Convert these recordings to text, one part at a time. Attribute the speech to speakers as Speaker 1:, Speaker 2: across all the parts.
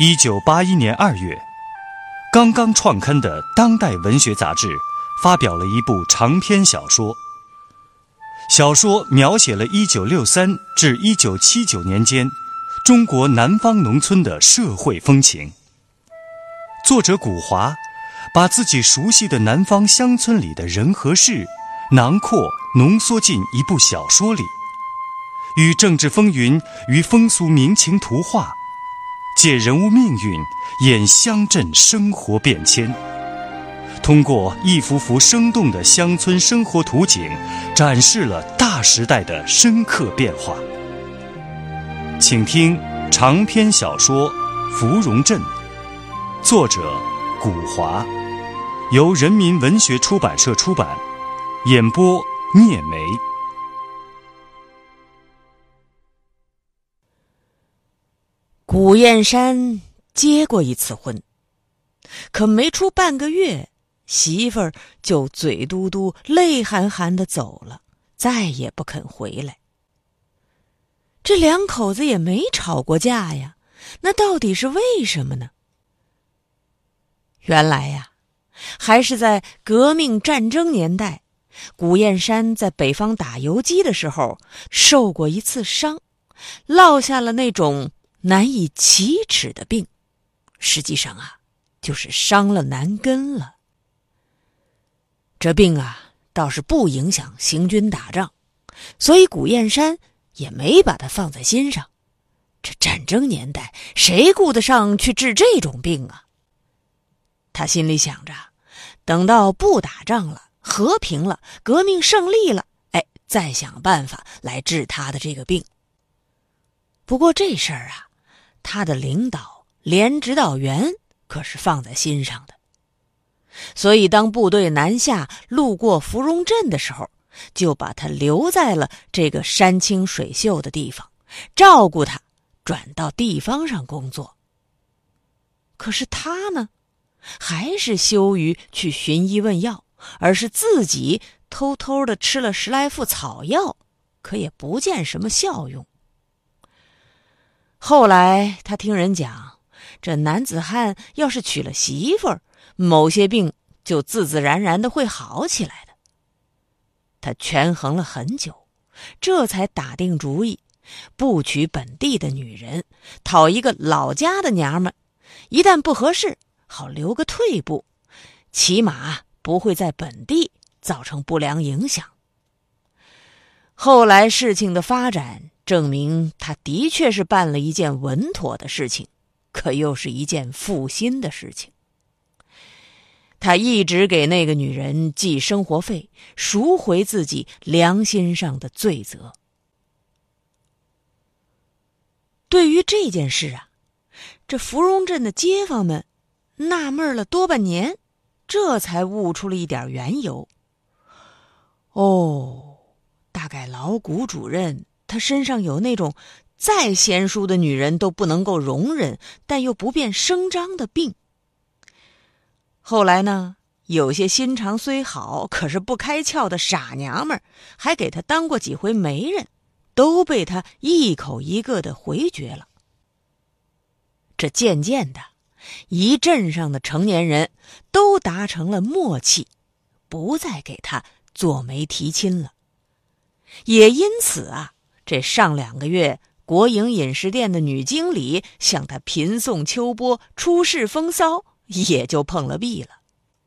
Speaker 1: 1981年2月，刚刚创刊的《当代文学》杂志发表了一部长篇小说。小说描写了1963至1979年间中国南方农村的社会风情。作者古华把自己熟悉的南方乡村里的人和事囊括浓缩进一部小说里，与政治风云与风俗民情图画，借人物命运演乡镇生活变迁，通过一幅幅生动的乡村生活图景，展示了大时代的深刻变化。请听长篇小说《芙蓉镇》，作者古华，由人民文学出版社出版，演播聂梅。
Speaker 2: 古燕山结过一次婚，可没出半个月，媳妇儿就嘴嘟嘟泪含含地走了，再也不肯回来。这两口子也没吵过架呀，那到底是为什么呢？原来呀，还是在革命战争年代，古燕山在北方打游击的时候受过一次伤，落下了那种难以启齿的病，实际上啊，就是伤了南根了。这病啊，倒是不影响行军打仗，所以古燕山也没把它放在心上。这战争年代，谁顾得上去治这种病啊？他心里想着，等到不打仗了，和平了，革命胜利了，再想办法来治他的这个病。不过这事儿啊，他的领导连指导员可是放在心上的，所以当部队南下路过芙蓉镇的时候，就把他留在了这个山清水秀的地方，照顾他转到地方上工作。可是他呢，还是羞于去寻医问药，而是自己偷偷地吃了10来副草药，可也不见什么效用。后来他听人讲，这男子汉要是娶了媳妇儿，某些病就自自然然的会好起来的。他权衡了很久，这才打定主意，不娶本地的女人，讨一个老家的娘们，一旦不合适，好留个退步，起码不会在本地造成不良影响。后来事情的发展证明，他的确是办了一件稳妥的事情，可又是一件负心的事情。他一直给那个女人寄生活费，赎回自己良心上的罪责。对于这件事啊，这芙蓉镇的街坊们纳闷了多半年，这才悟出了一点缘由。大概老谷主任他身上有那种再贤淑的女人都不能够容忍，但又不便声张的病。后来呢，有些心肠虽好，可是不开窍的傻娘们儿，还给他当过几回媒人，都被他一口一个的回绝了。这渐渐的，一镇上的成年人都达成了默契，不再给他做媒提亲了。也因此啊，这上2个月，国营饮食店的女经理向他频送秋波，出示风骚，也就碰了壁了。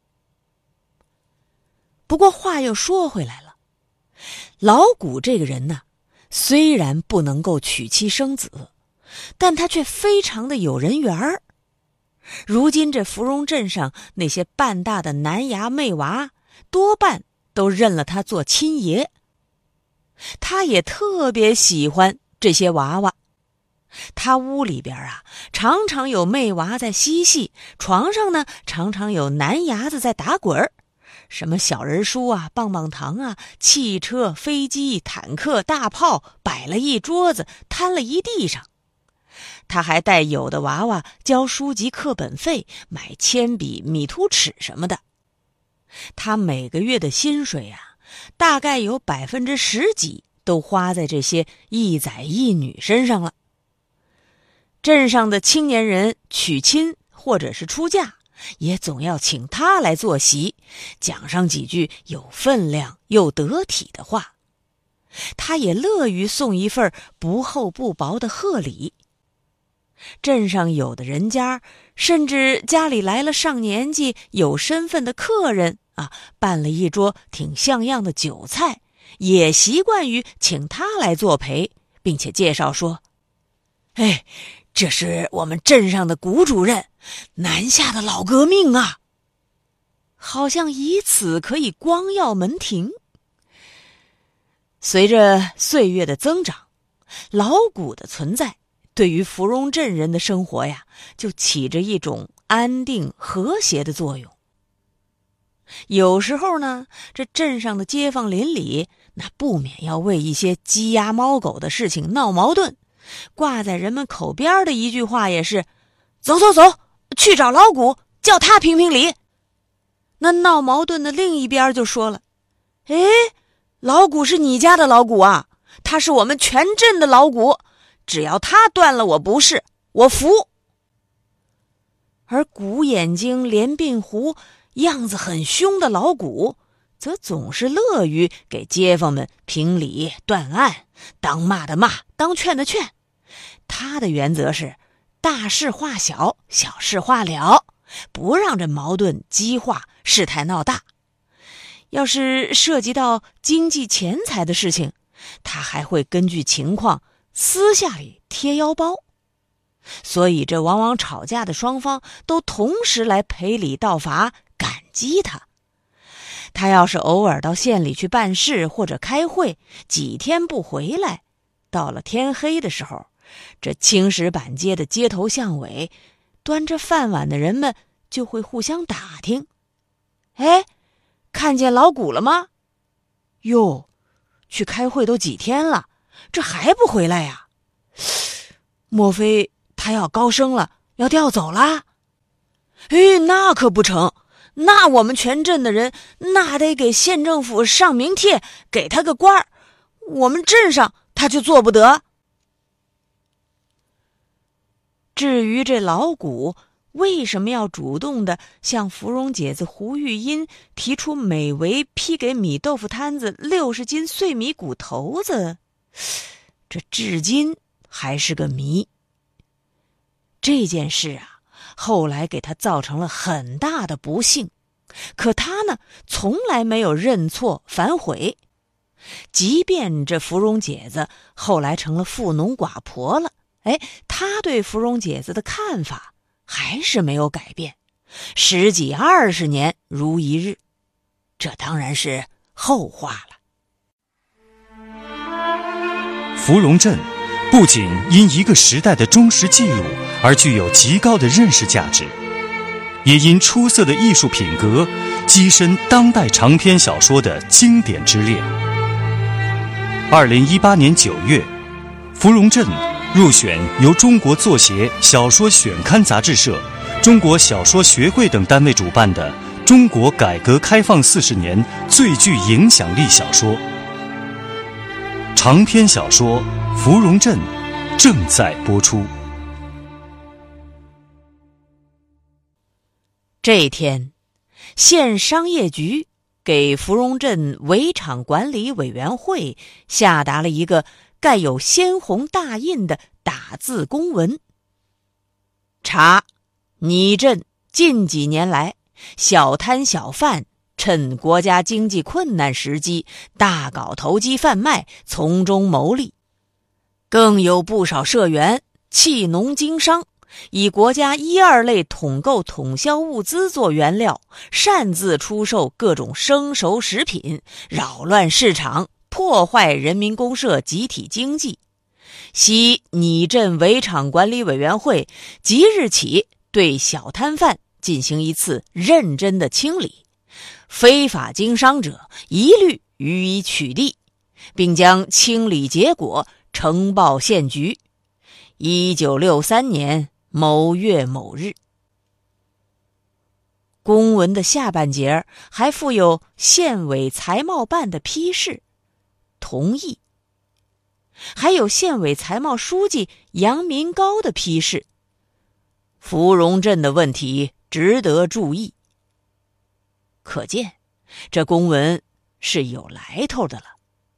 Speaker 2: 不过话又说回来了，老谷这个人呢，虽然不能够娶妻生子，但他却非常的有人缘儿。如今这芙蓉镇上那些半大的男娃妹娃，多半都认了他做亲爷。他也特别喜欢这些娃娃，他屋里边啊，常常有妹娃在嬉戏，床上呢，常常有男伢子在打滚儿，什么小人书啊、棒棒糖啊、汽车、飞机、坦克、大炮，摆了一桌子，摊了一地上。他还带有的娃娃交书籍课本费，买铅笔、米凸尺什么的。他每个月的薪水啊，大概有10%几都花在这些一仔一女身上了。 镇上的青年人娶亲或者是出嫁，也总要请他来坐席，讲上几句有分量又得体的话。他也乐于送一份不厚不薄的贺礼。镇上有的人家，甚至家里来了上年纪有身份的客人办了一桌挺像样的酒菜，也习惯于请他来作陪，并且介绍说：这是我们镇上的谷主任，南下的老革命啊，好像以此可以光耀门庭。随着岁月的增长，老谷的存在对于芙蓉镇人的生活就起着一种安定和谐的作用。有时候呢，这镇上的街坊邻里那不免要为一些鸡鸭猫狗的事情闹矛盾，挂在人们口边的一句话也是：走走走，去找老谷，叫他评评理。那闹矛盾的另一边就说了：老谷是你家的老谷啊，他是我们全镇的老谷，只要他断了我不是，我服。而鼓眼睛连鬓胡样子很凶的老谷，则总是乐于给街坊们评理断案，当骂的骂，当劝的劝。他的原则是大事化小，小事化了，不让这矛盾激化，事态闹大。要是涉及到经济钱财的事情，他还会根据情况私下里贴腰包。所以这往往吵架的双方都同时来赔礼道罚，感激他。他要是偶尔到县里去办事或者开会，几天不回来，到了天黑的时候，这青石板街的街头巷尾，端着饭碗的人们就会互相打听：看见老谷了吗？哟，去开会都几天了，这还不回来呀？莫非他要高升了，要调走啦？那可不成，那我们全镇的人那得给县政府上名帖，给他个官儿，我们镇上他就做不得。至于这老谷为什么要主动的向芙蓉姐子胡玉英提出每围批给米豆腐摊子60斤碎米谷头子，这至今还是个谜。这件事后来给他造成了很大的不幸，可他呢，从来没有认错反悔。即便这芙蓉姐子后来成了富农寡婆了，他对芙蓉姐子的看法还是没有改变，10几20年如一日，这当然是后话了。
Speaker 1: 芙蓉镇不仅因一个时代的忠实记录而具有极高的认识价值，也因出色的艺术品格跻身当代长篇小说的经典之列。2018年9月，芙蓉镇入选由中国作协小说选刊杂志社、中国小说学会等单位主办的中国改革开放40年最具影响力小说。长篇小说《芙蓉镇》正在播出。
Speaker 2: 这一天，县商业局给芙蓉镇围场管理委员会下达了一个盖有鲜红大印的打字公文。查，拟镇近几年来小摊小贩趁国家经济困难时机大搞投机贩卖，从中牟利，更有不少社员弃农经商，以国家1、2类统购统销物资做原料，擅自出售各种生熟食品，扰乱市场，破坏人民公社集体经济。悉拟镇围场管理委员会即日起对小摊贩进行一次认真的清理，非法经商者一律予以取缔，并将清理结果呈报县局。1963年某月某日。公文的下半截还附有县委财贸办的批示，同意。 还有县委财贸书记杨民高的批示：芙蓉镇的问题值得注意。可见这公文是有来头的了。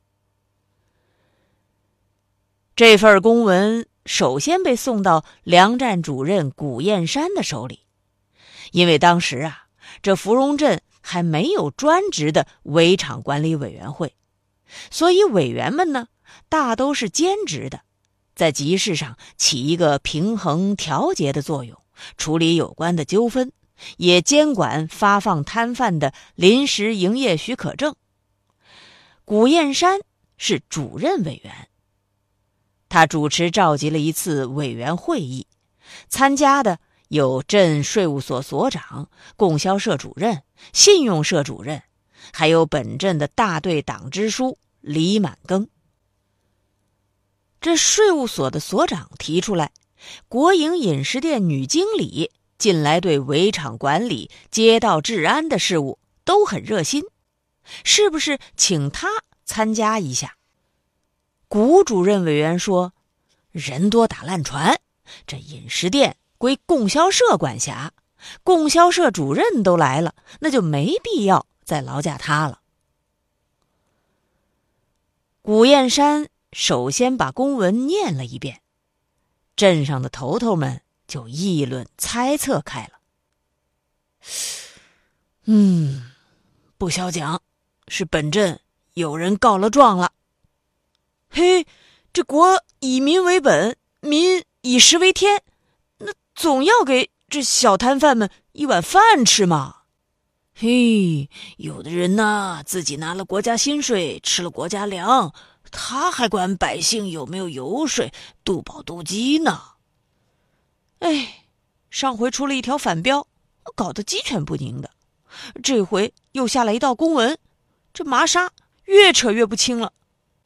Speaker 2: 这份公文首先被送到粮站主任古燕山的手里，因为当时这芙蓉镇还没有专职的围场管理委员会，所以委员们呢，大都是兼职的，在集市上起一个平衡调节的作用，处理有关的纠纷，也监管发放摊贩的临时营业许可证。古燕山是主任委员，他主持召集了一次委员会议，参加的有镇税务所所长、供销社主任、信用社主任，还有本镇的大队党支书李满庚。这税务所的所长提出来，国营饮食店女经理近来对围场管理、街道治安的事务都很热心，是不是请她参加一下？古主任委员说，人多打烂船，这饮食店归供销社管辖，供销社主任都来了，那就没必要再劳驾他了。古燕山首先把公文念了一遍，镇上的头头们就议论猜测开了。不消讲，是本镇有人告了状了。嘿，这国以民为本，民以食为天，那总要给这小摊贩们一碗饭吃嘛。嘿，有的人呢，自己拿了国家薪水，吃了国家粮，他还管百姓有没有油水，肚饱肚饥呢。上回出了一条反标，搞得鸡犬不宁的，这回又下来一道公文，这麻纱越扯越不清了。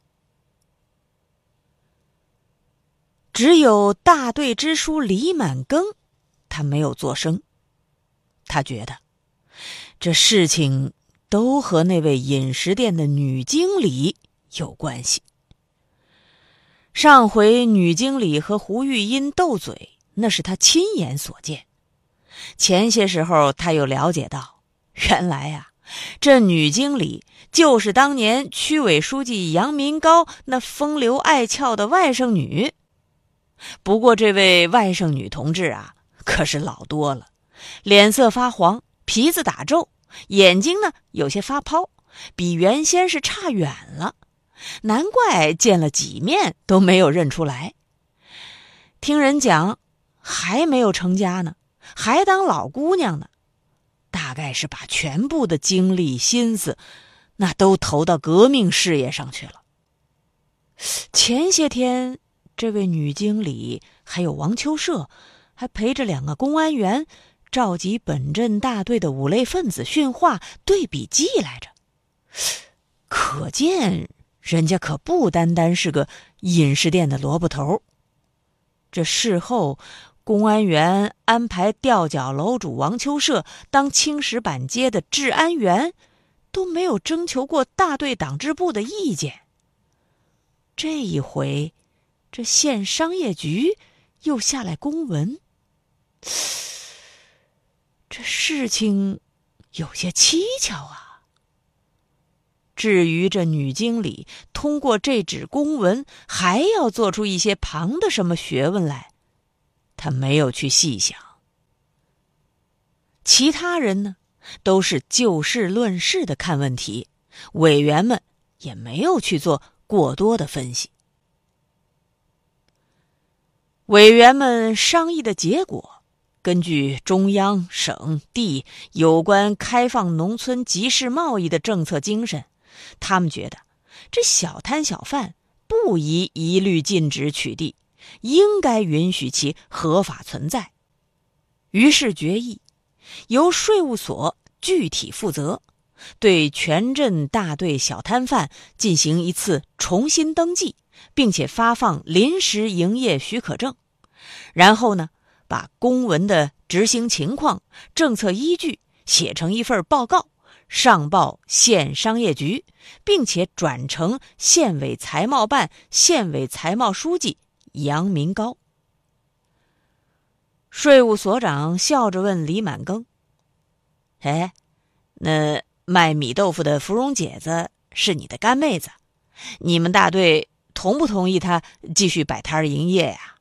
Speaker 2: 只有大队支书李满庚，他没有作声。他觉得这事情都和那位饮食店的女经理有关系。上回女经理和胡玉英斗嘴，那是他亲眼所见。前些时候他又了解到，原来这女经理就是当年区委书记杨民高那风流爱俏的外甥女。不过这位外甥女同志可是老多了，脸色发黄，皮子打皱，眼睛呢有些发泡，比原先是差远了，难怪见了几面都没有认出来。听人讲还没有成家呢，还当老姑娘呢，大概是把全部的精力心思那都投到革命事业上去了。前些天这位女经理还有王秋社还陪着2个公安员召集本镇大队的5类分子训话对笔记来着，可见人家可不单单是个饮食店的萝卜头。这事后公安员安排吊脚楼主王秋社当青石板街的治安员，都没有征求过大队党支部的意见。这一回这县商业局又下来公文，这事情有些蹊跷啊。至于这女经理通过这纸公文还要做出一些旁的什么学问来，他没有去细想。其他人呢，都是就事论事的看问题，委员们也没有去做过多的分析。委员们商议的结果，根据中央、省、地有关开放农村集市贸易的政策精神，他们觉得这小摊小贩不宜一律禁止取缔，应该允许其合法存在。于是决议由税务所具体负责，对全镇大队小摊贩进行一次重新登记，并且发放临时营业许可证。然后呢，把公文的执行情况、政策依据写成一份报告， 上报县商业局，并且转呈县委财贸办县委财贸书记杨民高。税务所长笑着问李满庚：“哎，那卖米豆腐的芙蓉姐子是你的干妹子，你们大队同不同意她继续摆摊营业呀？”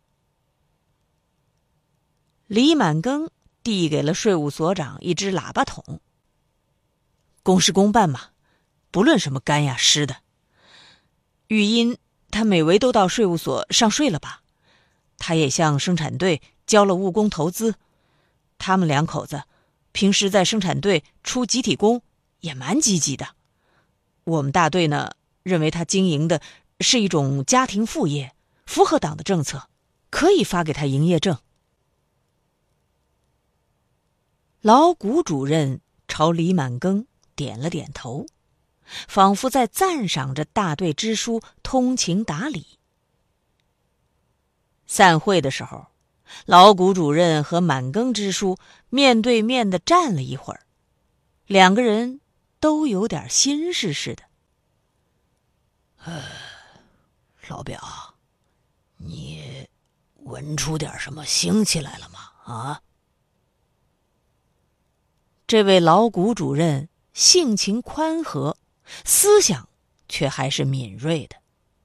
Speaker 2: 李满庚递给了税务所长一只喇叭筒：“公事公办嘛，不论什么干呀湿的。玉英她每回都到税务所上税了吧？她也向生产队交了务工投资，他们两口子平时在生产队出集体工也蛮积极的。我们大队呢，认为他经营的是一种家庭副业，符合党的政策，可以发给他营业证。”老谷主任朝李满庚点了点头，仿佛在赞赏着大队支书通情达理。散会的时候，老谷主任和满庚支书面对面地站了一会儿，两个人都有点心事似的。
Speaker 3: 老表，你闻出点什么腥气来了吗？啊？
Speaker 2: 这位老谷主任性情宽和，思想却还是敏锐的。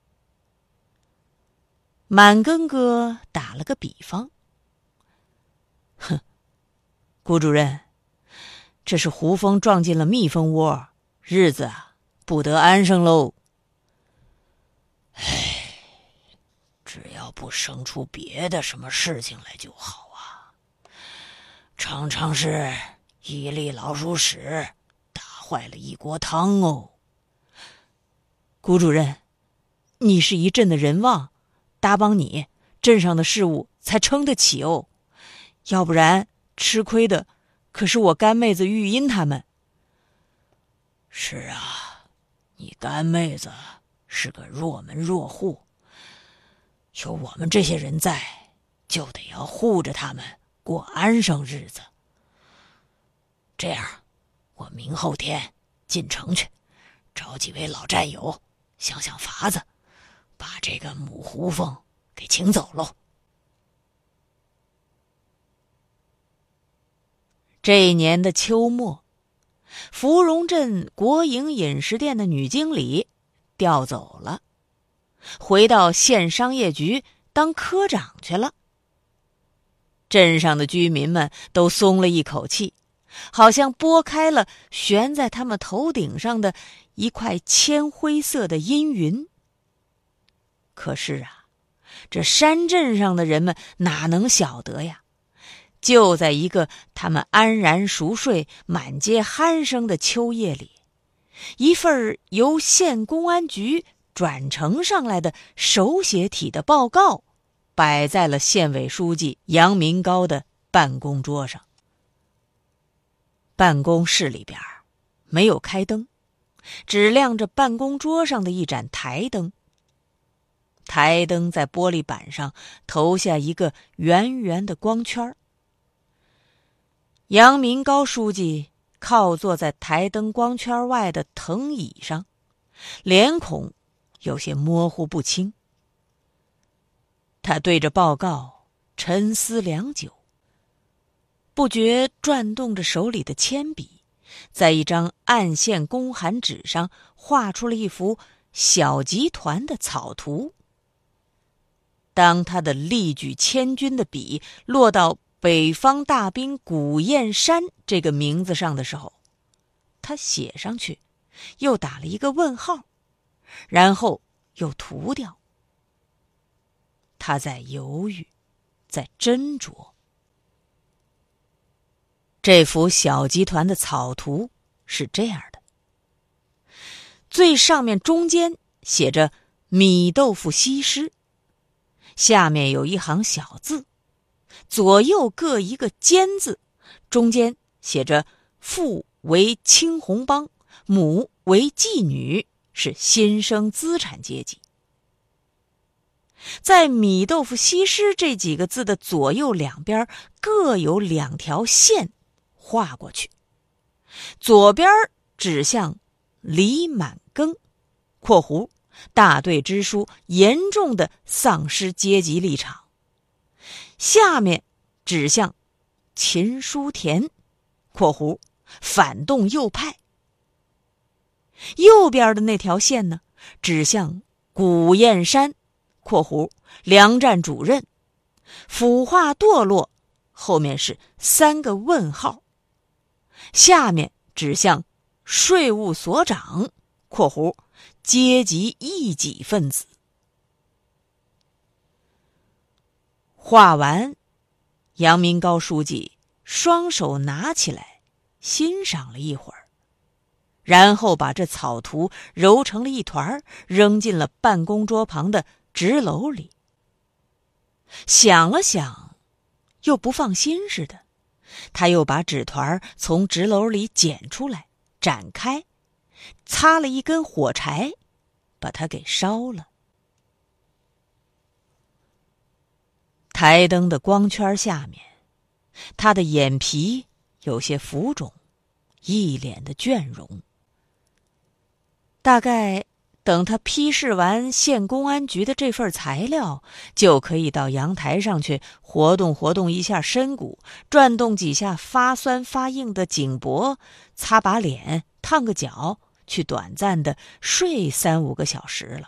Speaker 2: 满庚哥打了个比方：“哼，谷主任，这是胡蜂撞进了蜜蜂窝，日子不得安生喽。”
Speaker 3: 只要不生出别的什么事情来就好啊。常常是一粒老鼠屎打坏了一锅汤哦。
Speaker 2: 谷主任，你是一镇的人望，搭帮你，镇上的事务才撑得起哦。要不然吃亏的可是我干妹子玉英他们。
Speaker 3: 是啊，你干妹子是个弱门弱户，有我们这些人在，就得要护着他们过安生日子。这样，我明后天进城去，找几位老战友，想想法子，把这个母胡蜂给请走喽。
Speaker 2: 这一年的秋末，芙蓉镇国营饮食店的女经理调走了，回到县商业局当科长去了。镇上的居民们都松了一口气，好像拨开了悬在他们头顶上的一块铅灰色的阴云。可是啊，这山镇上的人们哪能晓得呀？就在一个他们安然熟睡、满街鼾声的秋夜里，一份由县公安局转呈上来的手写体的报告摆在了县委书记杨民高的办公桌上。办公室里边没有开灯，只亮着办公桌上的一盏台灯。台灯在玻璃板上投下一个圆圆的光圈。杨民高书记靠坐在台灯光圈外的藤椅上，脸孔有些模糊不清。他对着报告沉思良久，不觉转动着手里的铅笔，在一张暗线公函纸上画出了一幅小集团的草图。当他的力举千钧的笔落到北方大兵古燕山这个名字上的时候，他写上去，又打了一个问号，然后又涂掉。他在犹豫，在斟酌。这幅小集团的草图是这样的：最上面中间写着米豆腐西施，下面有一行小字，左右各一个尖字，中间写着父为青红帮，母为妓女，是新生资产阶级。在米豆腐西施这几个字的左右两边各有两条线画过去，左边指向李满庚（括弧大队支书严重的丧失阶级立场），下面指向秦书田（括弧反动右派）。右边的那条线呢，指向古燕山（括弧粮站主任），腐化堕落，后面是3个问号。下面指向税务所长（括弧阶级异己分子）。画完，杨民高书记双手拿起来欣赏了一会儿，然后把这草图揉成了一团，扔进了办公桌旁的纸篓里。想了想，又不放心似的，他又把纸团从纸篓里捡出来，展开，擦了一根火柴，把它给烧了。台灯的光圈下面，他的眼皮有些浮肿，一脸的倦容。大概等他批示完县公安局的这份材料，就可以到阳台上去活动活动一下身骨，转动几下发酸发硬的颈脖，擦把脸，烫个脚，去短暂的睡3-5个小时了。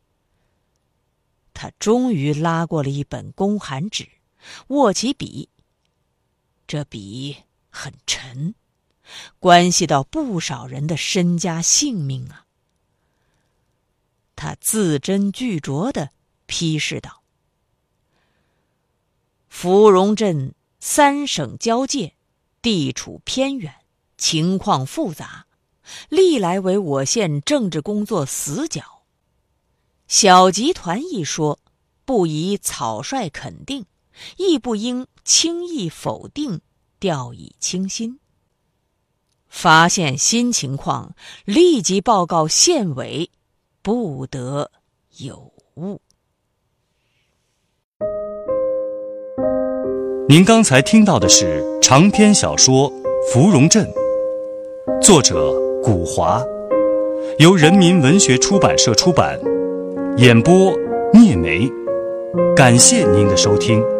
Speaker 2: 他终于拉过了一本公函纸，握起笔。这笔很沉，关系到不少人的身家性命啊。他字斟句酌地批示道：芙蓉镇3省交界，地处偏远，情况复杂，历来为我县政治工作死角。小集团一说，不宜草率肯定，亦不应轻易否定，掉以轻心。发现新情况，立即报告县委，不得有误。
Speaker 1: 您刚才听到的是长篇小说《芙蓉镇》，作者古华，由人民文学出版社出版，演播聂梅。感谢您的收听。